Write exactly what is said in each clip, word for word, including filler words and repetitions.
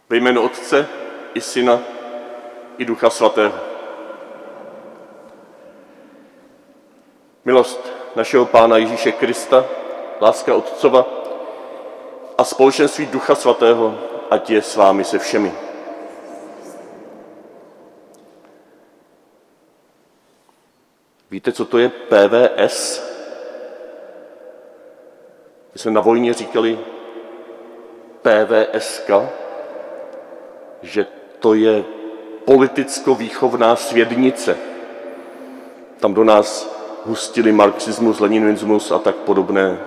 Ve jménu Otce i Syna i Ducha Svatého. Milost našeho Pána Ježíše Krista, láska Otcova a společenství Ducha Svatého, ať je s vámi se všemi. Víte, co to je P V S? My jsme na vojně říkali P V S ka, že to je politicko-výchovná svědnice. Tam do nás hustili marxismus, leninismus a tak podobné.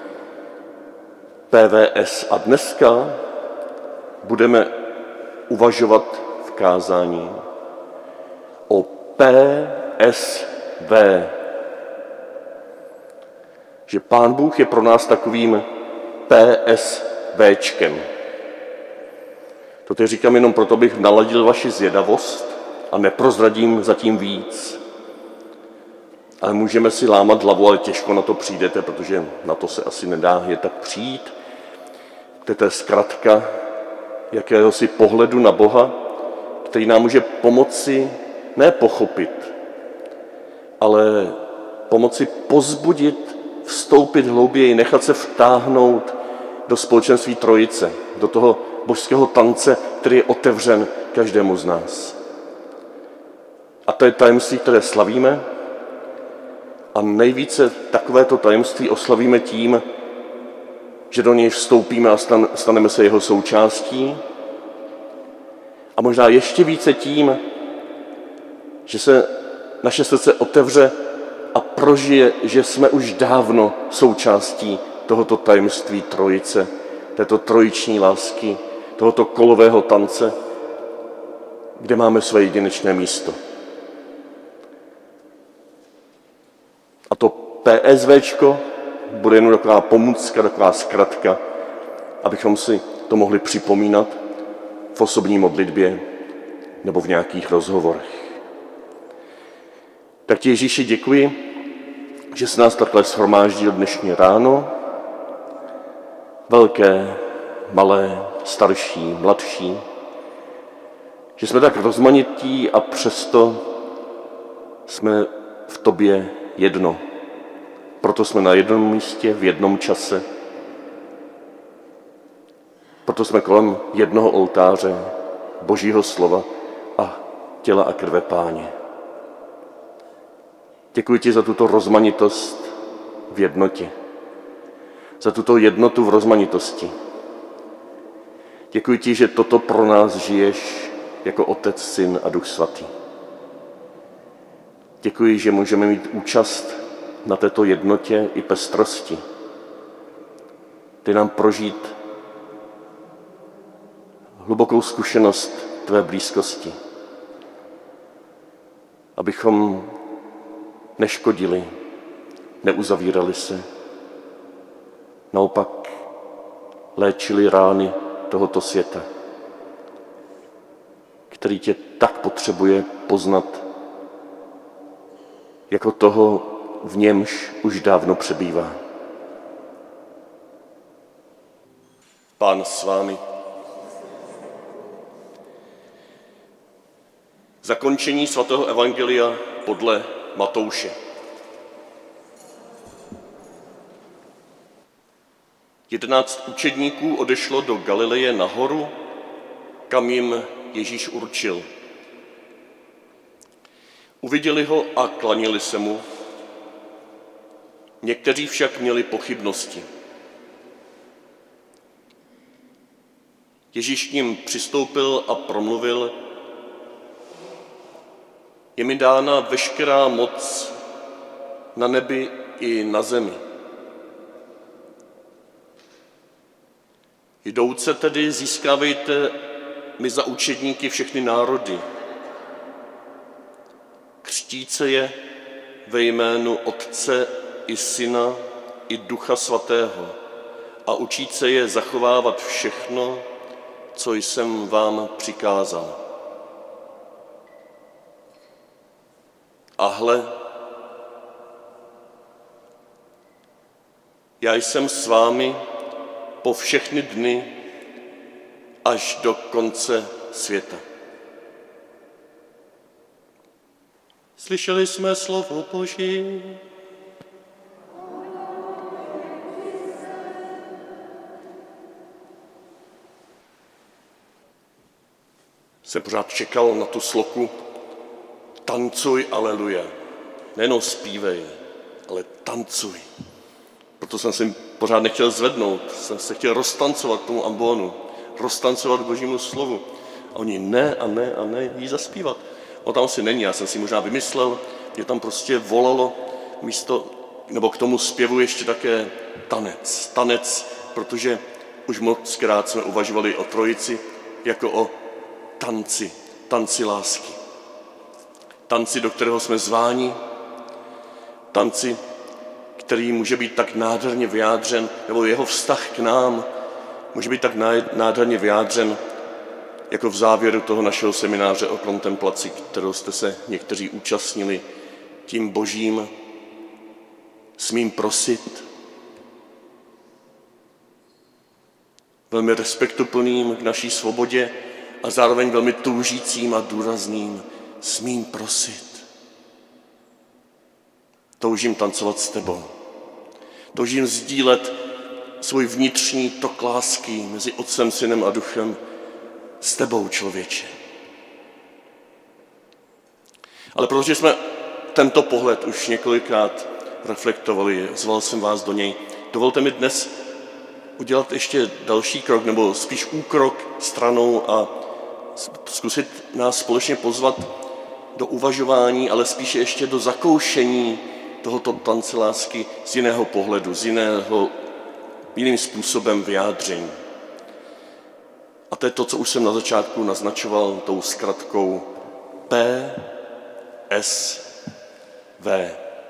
P V S. A dneska budeme uvažovat v kázání o P S V. Že Pán Bůh je pro nás takovým PSVčkem. To teď říkám jenom proto, abych naladil vaši zvědavost a neprozradím zatím víc. Ale můžeme si lámat hlavu, ale těžko na to přijdete, protože na to se asi nedá je tak přijít. To je zkratka jakéhosi pohledu na Boha, který nám může pomoci ne pochopit, ale pomoci pozbudit, vstoupit hlouběji, nechat se vtáhnout do společenství Trojice, do toho božského tance, který je otevřen každému z nás. A to je tajemství, které slavíme, a nejvíce takovéto tajemství oslavíme tím, že do něj vstoupíme a staneme se jeho součástí. A možná ještě více tím, že se naše srdce otevře a prožije, že jsme už dávno součástí tohoto tajemství Trojice, této trojiční lásky, tohoto kolového tance, kde máme své jedinečné místo. A to PSVčko bude jen taková pomůcka, taková zkratka, abychom si to mohli připomínat v osobní modlitbě nebo v nějakých rozhovorech. Tak ti, Ježíši, děkuji, že jsi nás takhle shromáždil dnešní ráno. Velké, malé, starší, mladší. Že jsme tak rozmanití a přesto jsme v tobě jedno. Proto jsme na jednom místě, v jednom čase. Proto jsme kolem jednoho oltáře Božího slova a těla a krve Páně. Děkuji ti za tuto rozmanitost v jednotě. Za tuto jednotu v rozmanitosti. Děkuji ti, že toto pro nás žiješ jako Otec, Syn a Duch Svatý. Děkuji, že můžeme mít účast na této jednotě i pestrosti. Dej nám prožít hlubokou zkušenost tvé blízkosti, abychom neškodili, neuzavírali se, naopak léčili rány tohoto světa, který tě tak potřebuje poznat, jako toho, v němž už dávno přebývá. Pán s vámi. Zakončení svatého evangelia podle Matouše. Jedenáct učedníků odešlo do Galileje nahoru, kam jim Ježíš určil. Uviděli ho a klanili se mu. Někteří však měli pochybnosti. Ježíš k nim přistoupil a promluvil: Je mi dána veškerá moc na nebi i na zemi. Jdouce tedy získávejte mi za učedníky všechny národy. Křtíce je ve jménu Otce i Syna i Ducha Svatého a učíce je zachovávat všechno, co jsem vám přikázal. A hle, já jsem s vámi po všechny dny až do konce světa. Slyšeli jsme slovo Boží. Jsem pořád čekal na tu sloku tancuj, aleluja. Nejenom zpívej, ale tancuj. Proto jsem si pořád nechtěl zvednout, jsem se chtěl roztancovat k tomu ambonu, roztancovat k Božímu slovu. A oni ne a ne a ne, jí zaspívat. On tam asi není, já jsem si možná vymyslel, že tam prostě volalo místo, nebo k tomu zpěvu ještě také tanec. Tanec, protože už mockrát jsme uvažovali o trojici jako o tanci, tanci lásky. Tanci, do kterého jsme zváni, tanci, který může být tak nádherně vyjádřen, nebo jeho vztah k nám může být tak nádherně vyjádřen, jako v závěru toho našeho semináře o kontemplaci, kterou jste se někteří účastnili, tím Božím smím prosit, velmi respektuplným k naší svobodě a zároveň velmi toužícím a důrazným smím prosit. Toužím tancovat s tebou. Toužím sdílet svůj vnitřní tok lásky mezi Otcem, Synem a Duchem s tebou, člověče. Ale protože jsme tento pohled už několikrát reflektovali, zval jsem vás do něj, dovolte mi dnes udělat ještě další krok, nebo spíš úkrok stranou a zkusit nás společně pozvat do uvažování, ale spíše ještě do zakoušení tohoto tance lásky z jiného pohledu, z jiného, jiným způsobem vyjádření. A to je to, co už jsem na začátku naznačoval tou zkratkou P S V.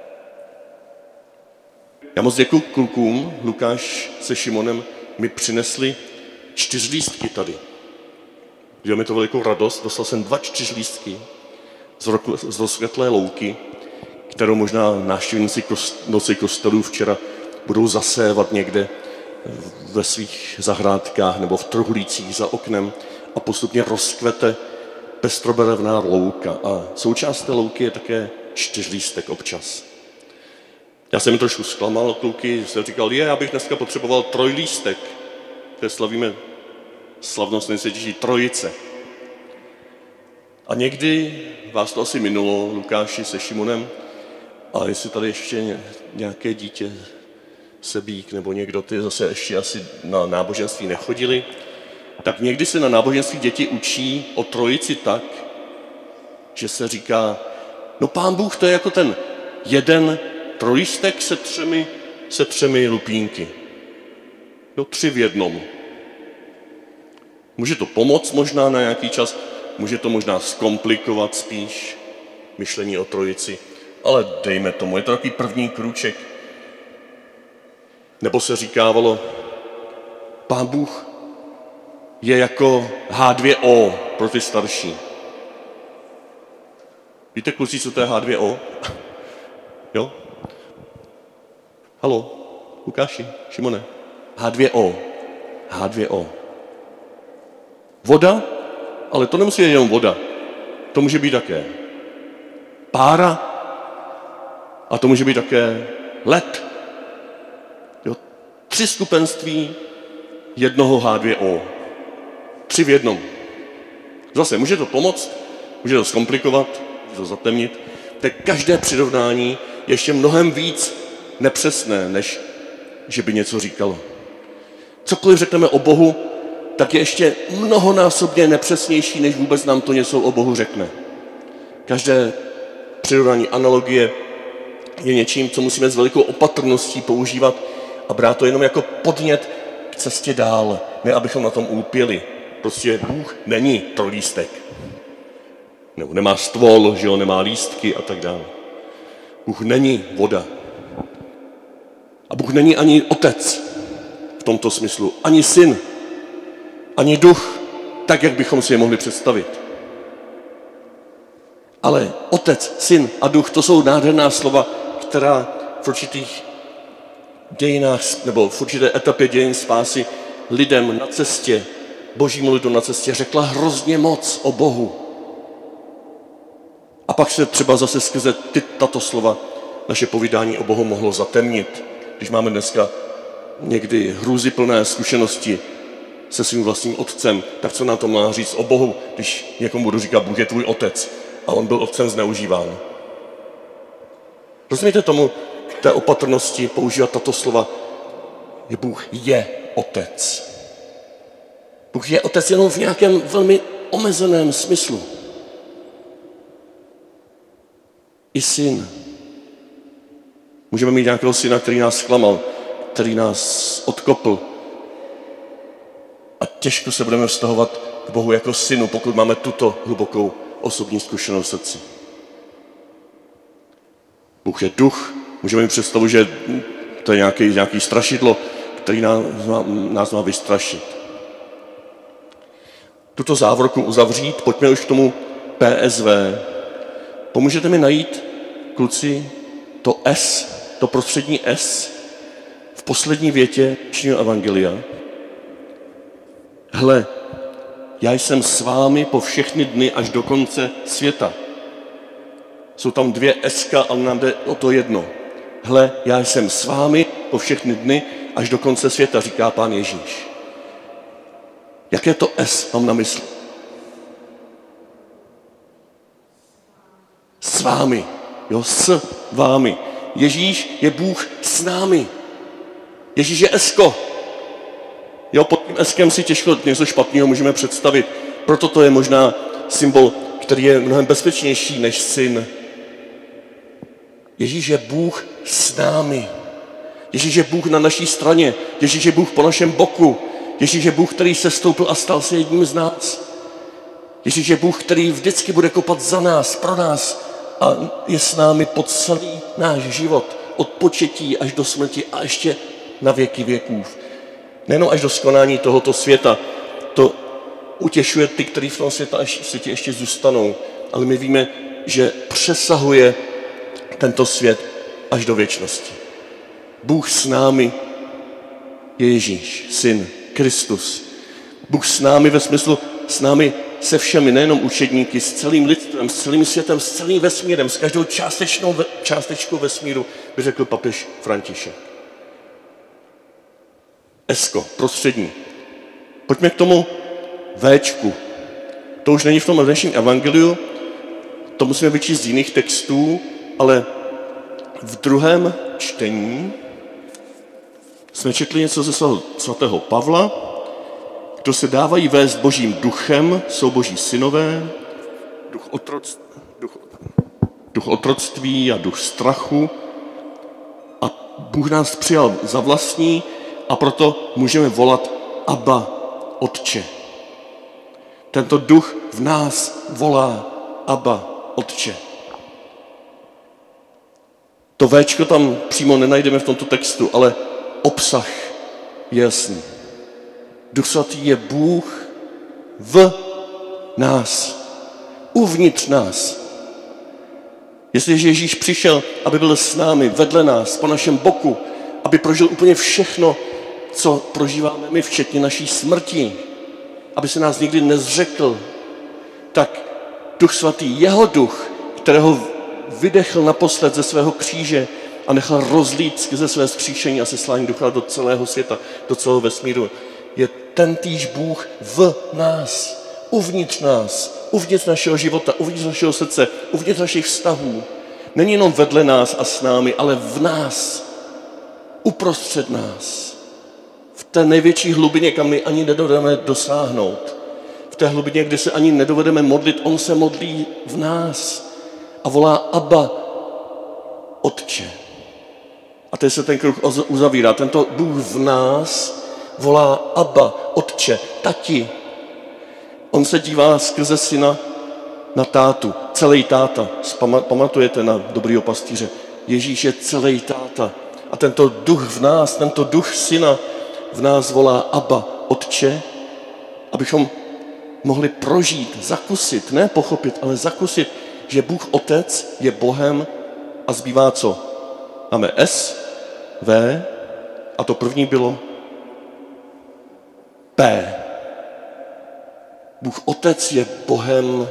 Já moc děkuji klukům, Lukáš se Šimonem mi přinesli čtyřlístky tady. Dělal mi to velikou radost, dostal jsem dva čtyřlístky z rozkvetlé louky, kterou možná návštěvníci kost, noci kostelů včera budou zasévat někde ve svých zahrádkách nebo v truhlících za oknem a postupně rozkvete pestrobarevná louka. A součást té louky je také čtyřlístek občas. Já jsem mi trošku zklamal od kluky, jsem říkal, je, já bych dneska potřeboval trojlístek, kde slavíme slavnost nejsvětější trojice. A někdy vás to asi minulo, Lukáši se Šimonem, ale jestli tady ještě nějaké dítě, Sebík nebo někdo, ty zase ještě asi na náboženství nechodili, tak někdy se na náboženství děti učí o trojici tak, že se říká, no Pán Bůh to je jako ten jeden trojlístek se třemi, se třemi lupínky. No tři v jednom. Může to pomoct možná na nějaký čas, může to možná zkomplikovat spíš myšlení o trojici, ale dejme tomu, je to takový první krůček. Nebo se říkávalo, Pán Bůh je jako H dvě O pro ty starší. Víte, kluci, co to je H dvě O? Jo? Haló, Lukáši, Šimone. H dvě O. H dvě O. Voda, ale to nemusí být jenom voda. To může být také pára a to může být také led. Jo? Tři skupenství jednoho H dvě O. Tři v jednom. Zase, může to pomoct, může to zkomplikovat, může to zatemnit. Tak každé přirovnání je ještě mnohem víc nepřesné, než že by něco říkalo. Cokoliv řekneme o Bohu, tak je ještě mnohonásobně nepřesnější, než vůbec nám to něco o Bohu řekne. Každé přirovnání, analogie je něčím, co musíme s velikou opatrností používat a brát to jenom jako podnět k cestě dál, ne abychom na tom úpěli. Prostě Bůh není trojlístek. Nebo nemá stvol, že jo, nemá lístky a tak dále. Bůh není voda. A Bůh není ani otec v tomto smyslu, ani syn, ani duch, tak, jak bychom si je mohli představit. Ale otec, syn a duch, to jsou nádherná slova, která v určitých dějinách, nebo v určité etapě dějin spásy lidem na cestě božímu lidu na cestě řekla hrozně moc o Bohu. A pak se třeba zase skrze ty, tato slova naše povídání o Bohu mohlo zatemnit. Když máme dneska někdy hrůzyplné zkušenosti se svým vlastním otcem, tak co nám to má říct o Bohu, když někomu budu říkat, Bůh je tvůj otec a on byl otcem zneužíván. Rozumíte tomu, k té opatrnosti používat tato slova, že Bůh je otec. Bůh je otec jenom v nějakém velmi omezeném smyslu. I syn. Můžeme mít nějakého syna, který nás zklamal, který nás odkopl. A těžko se budeme vztahovat k Bohu jako synu, pokud máme tuto hlubokou osobní zkušenost v srdci. Bůh je duch. Můžeme mít představu, že to je nějaký, nějaký strašidlo, který nás má, nás má vystrašit. Tuto závorku uzavřít, pojďme už k tomu P S V. Pomůžete mi najít, kluci, to S, to prostřední S v poslední větě dnešního evangelia. Hle, já jsem s vámi po všechny dny až do konce světa. Jsou tam dvě eska, ale nám jde o to jedno. Hle, já jsem s vámi po všechny dny až do konce světa, říká Pán Ježíš. Jaké to S mám na mysli? S vámi. Jo, s vámi. Ježíš je Bůh s námi. Ježíš je esko. Jo, pod tím eskem si těžko něco špatného můžeme představit. Proto to je možná symbol, který je mnohem bezpečnější než syn. Ježíš je Bůh s námi. Ježíš je Bůh na naší straně. Ježíš je Bůh po našem boku. Ježíš je Bůh, který se stoupil a stal se jedním z nás. Ježíš je Bůh, který vždycky bude kopat za nás, pro nás a je s námi po celý náš život. Od početí až do smrti a ještě na věky věků. Nejenom až do skonání tohoto světa. To utěšuje ty, kteří v tom světa světě ještě zůstanou. Ale my víme, že přesahuje tento svět až do věčnosti. Bůh s námi je Ježíš, syn, Kristus. Bůh s námi ve smyslu s námi se všemi, nejenom učedníky, s celým lidstvem, s celým světem, s celým vesmírem, s každou částečnou, částečkou vesmíru, by řekl papež František. Esko, prostřední. Pojďme k tomu Véčku. To už není v tom dnešním evangeliu, to musíme vyčíst z jiných textů, ale v druhém čtení jsme četli něco ze svatého Pavla. Kdo se dávají vést božím duchem, jsou boží synové, duch, otroc, duch, duch otroctví a duch strachu. A Bůh nás přijal za vlastní a proto můžeme volat Abba, Otče. Tento duch v nás volá Abba, Otče. To Véčko tam přímo nenajdeme v tomto textu, ale obsah je jasný. Duch svatý je Bůh v nás, uvnitř nás. Jestliže Ježíš přišel, aby byl s námi, vedle nás, po našem boku, aby prožil úplně všechno, co prožíváme my, včetně naší smrti, aby se nás nikdy nezřekl, tak Duch svatý, jeho duch, kterého vydechl naposled ze svého kříže a nechal rozlít ze své vzkříšení a seslání ducha do celého světa, do celého vesmíru, je tentýž Bůh v nás, uvnitř nás, uvnitř našeho života, uvnitř našeho srdce, uvnitř našich vztahů. Není jenom vedle nás a s námi, ale v nás, uprostřed nás. V té největší hlubině, kam my ani nedovedeme dosáhnout. V té hlubině, kde se ani nedovedeme modlit, on se modlí v nás a volá Abba, Otče. A teď se ten kruh uzavírá. Tento Bůh v nás volá Abba, Otče, tati. On se dívá skrze syna na tátu, celý táta. Pamatujete na dobrýho pastýře? Ježíš je celý táta. A tento duch v nás, tento duch syna v nás volá Abba, Otče, abychom mohli prožít, zakusit, ne pochopit, ale zakusit, že Bůh Otec je Bohem a zbývá co? Máme S, V a to první bylo P. Bůh Otec je Bohem,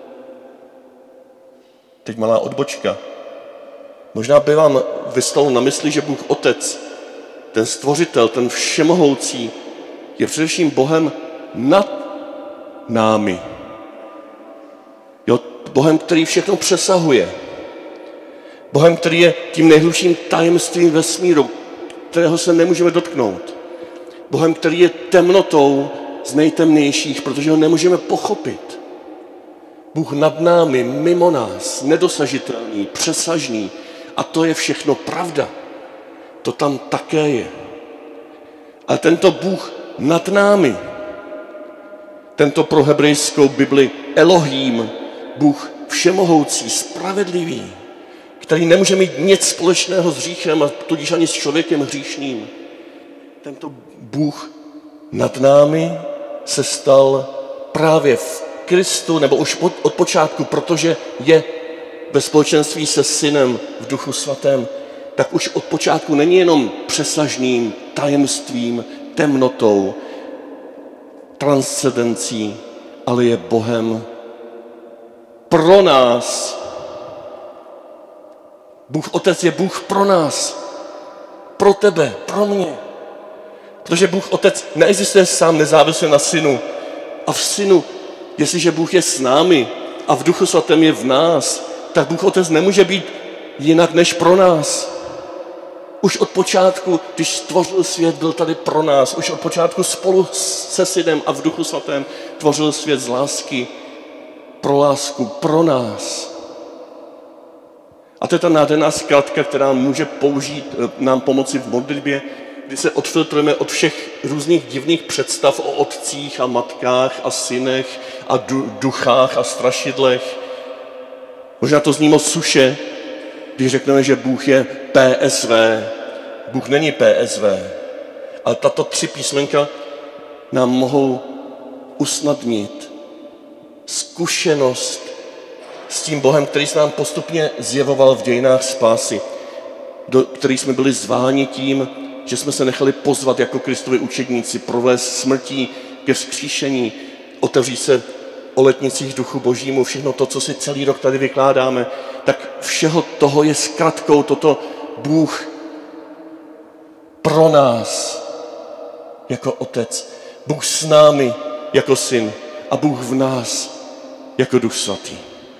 teď malá odbočka, možná by vám vystalo na mysli, že Bůh Otec, ten stvořitel, ten všemohoucí, je především Bohem nad námi. Jo, Bohem, který všechno přesahuje. Bohem, který je tím nejhlubším tajemstvím vesmíru, kterého se nemůžeme dotknout. Bohem, který je temnotou z nejtemnějších, protože ho nemůžeme pochopit. Bůh nad námi, mimo nás, nedosažitelný, přesažný. A to je všechno pravda. To tam také je. Ale tento Bůh nad námi, tento pro hebrejskou Bibli Elohím, Bůh všemohoucí, spravedlivý, který nemůže mít nic společného s hříchem a tudíž ani s člověkem hříšným. Tento Bůh nad námi se stal právě v Kristu, nebo už od počátku, protože je ve společenství se Synem v Duchu Svatém, tak už od počátku není jenom přesažným tajemstvím, temnotou, transcendencí, ale je Bohem pro nás. Bůh Otec je Bůh pro nás, pro tebe, pro mě. Protože Bůh Otec neexistuje sám nezávisle na Synu. A v Synu, jestliže Bůh je s námi a v Duchu Svatém je v nás, tak Bůh Otec nemůže být jinak než pro nás. Už od počátku, když stvořil svět, byl tady pro nás. Už od počátku spolu se Synem a v Duchu Svatém tvořil svět z lásky, pro lásku, pro nás. A to je ta nádherná zkratka, která může použít, nám pomoci v modlitbě, kdy se odfiltrujeme od všech různých divných představ o otcích a matkách a synech a duchách a strašidlech. Možná to zní moc suše, když řekneme, že Bůh je P S V. Bůh není P S V. Ale tato tři písmenka nám mohou usnadnit zkušenost s tím Bohem, který se nám postupně zjevoval v dějinách spásy, do kterých jsme byli zváni tím, že jsme se nechali pozvat jako Kristovi učedníci, provést smrtí ke vzkříšení, otevřít se o letnicích Duchu Božímu, všechno to, co si celý rok tady vykládáme, tak všeho toho je zkratkou toto Bůh pro nás jako Otec, Bůh s námi jako Syn a Bůh v nás jako Duch Svatý.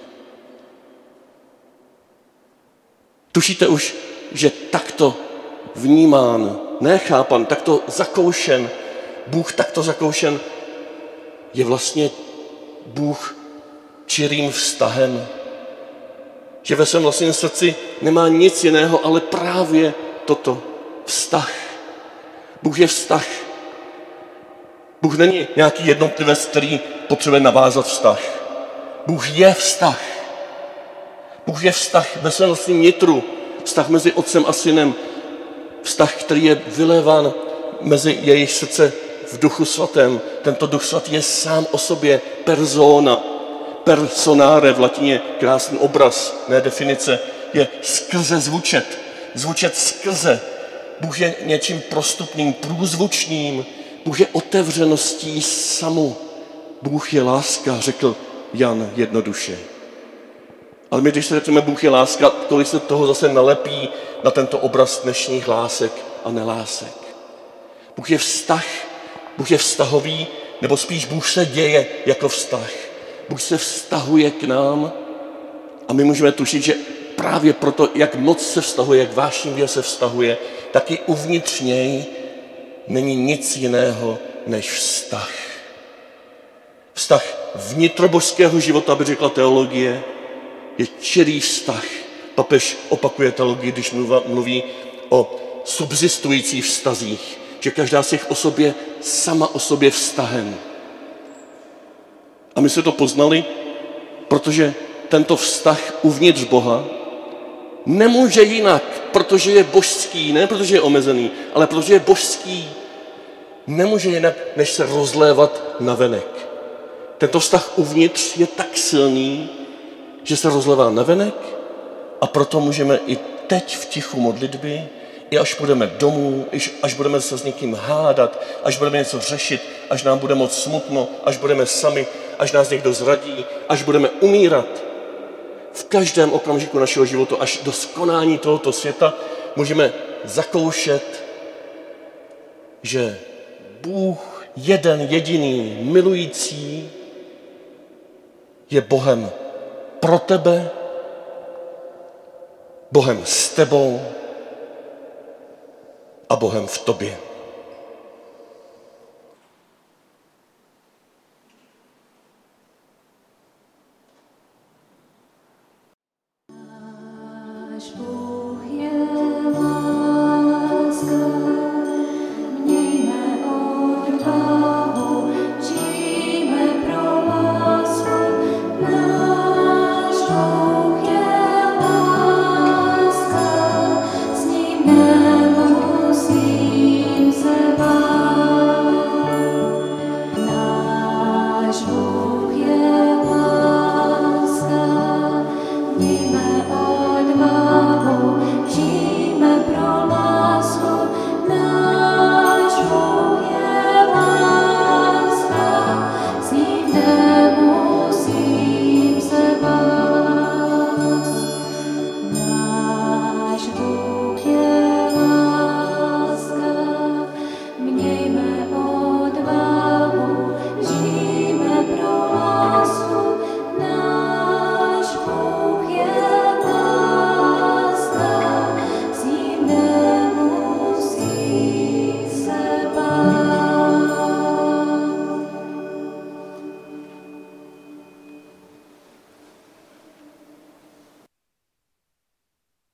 Tušíte už, že takto vnímán, nechápan, takto zakoušen, Bůh takto zakoušen je vlastně Bůh čirým vztahem. Že ve svém vlastním srdci nemá nic jiného, ale právě toto, vztah. Bůh je vztah. Bůh není nějaký jednotlivec, který potřebuje navázat vztah. Bůh je vztah. Bůh je vztah ve svém vlastním nitru, vztah mezi Otcem a Synem, vztah, který je vyléván mezi jejich srdce v Duchu Svatém. Tento Duch Svatý je sám o sobě persona, personare v latině, krásný obraz, ne definice, je skrze zvučet, zvučet skrze. Bůh je něčím prostupným, průzvučným, Bůh je otevřeností samu. Bůh je láska, řekl Jan jednoduše. Ale my, když se řekneme Bůh je láska, tolik se toho zase nalepí na tento obraz dnešních lásek a nelásek. Bůh je vztah, Bůh je vztahový, nebo spíš Bůh se děje jako vztah. Bůh se vztahuje k nám a my můžeme tušit, že právě proto, jak moc se vztahuje, jak vášnivě se vztahuje, tak i uvnitř něj není nic jiného než vztah. Vztah vnitrobožského života, by řekla teologie, je čirý vztah. Papež opakuje teologii, když mluví o subsistujících vztazích, že každá z těch osob je sama o sobě vztahem. A my jsme to poznali, protože tento vztah uvnitř Boha nemůže jinak, protože je božský, ne protože je omezený, ale protože je božský, nemůže jinak, než se rozlévat navenek. Tento vztah uvnitř je tak silný, že se rozlévá navenek a proto můžeme i teď v tichu modlitby, i až budeme domů, až budeme se s někým hádat, až budeme něco řešit, až nám bude moc smutno, až budeme sami, až nás někdo zradí, až budeme umírat. V každém okamžiku našeho života, až do skonání tohoto světa, můžeme zakoušet, že Bůh jeden jediný milující je Bohem pro tebe, Bohem s tebou a Bohem v tobě. Náš Bůh